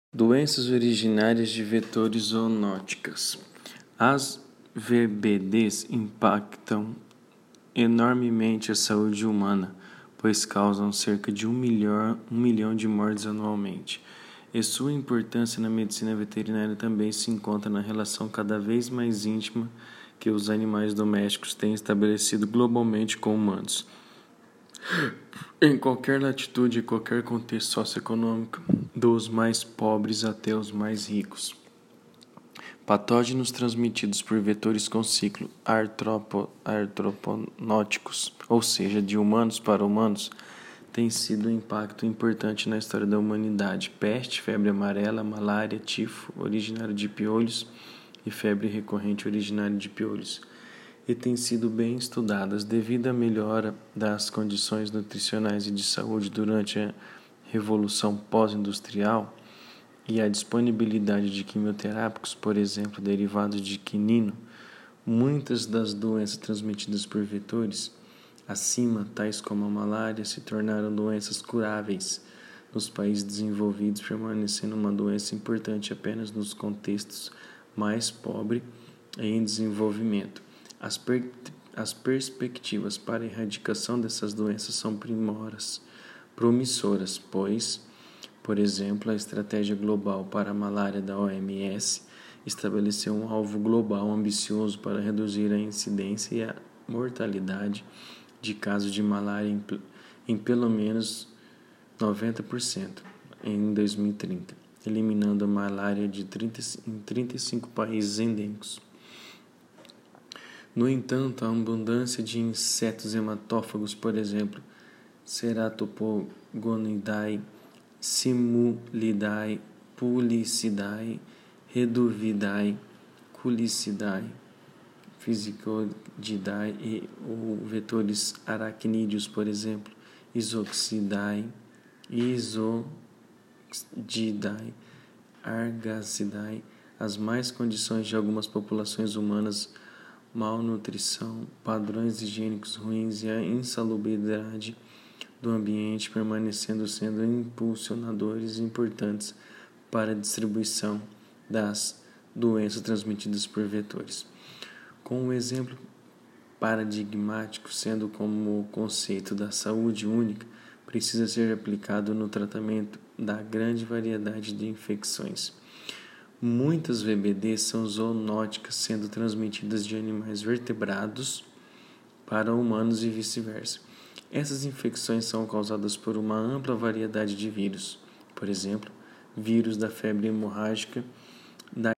Doenças originárias de vetores zoonóticas. As VBDs impactam enormemente a saúde humana, pois causam cerca de 1 milhão de mortes anualmente. E sua importância na medicina veterinária também se encontra na relação cada vez mais íntima que os animais domésticos têm estabelecido globalmente com humanos. Em qualquer latitude e qualquer contexto socioeconômico, dos mais pobres até os mais ricos. Patógenos transmitidos por vetores com ciclo artroponóticos, ou seja, de humanos para humanos, têm sido um impacto importante na história da humanidade. Peste, febre amarela, malária, tifo, originário de piolhos, e febre recorrente originária de piolhos, e têm sido bem estudadas devido à melhora das condições nutricionais e de saúde durante a Revolução Pós-Industrial e a disponibilidade de quimioterápicos, por exemplo, derivados de quinino. Muitas das doenças transmitidas por vetores acima, tais como a malária, se tornaram doenças curáveis nos países desenvolvidos, permanecendo uma doença importante apenas nos contextos mais pobres e em desenvolvimento. As perspectivas para a erradicação dessas doenças são promissoras, pois, por exemplo, a Estratégia Global para a Malária da OMS estabeleceu um alvo global ambicioso para reduzir a incidência e a mortalidade de casos de malária em pelo menos 90% em 2030, eliminando a malária em 35 países endêmicos. No entanto, a abundância de insetos hematófagos, por exemplo, Ceratopogonidae, Simulidae, Pulicidae, Reduvidae, Culicidae, Physicodidae e vetores aracnídeos, por exemplo, Isoxidae, Argacidae, as más condições de algumas populações humanas, malnutrição, padrões higiênicos ruins e a insalubridade do ambiente permanecendo sendo impulsionadores importantes para a distribuição das doenças transmitidas por vetores. Com um exemplo paradigmático sendo como o conceito da saúde única precisa ser aplicado no tratamento da grande variedade de infecções. Muitas VBDs são zoonóticas, sendo transmitidas de animais vertebrados para humanos e vice-versa. Essas infecções são causadas por uma ampla variedade de vírus, por exemplo, vírus da febre hemorrágica, da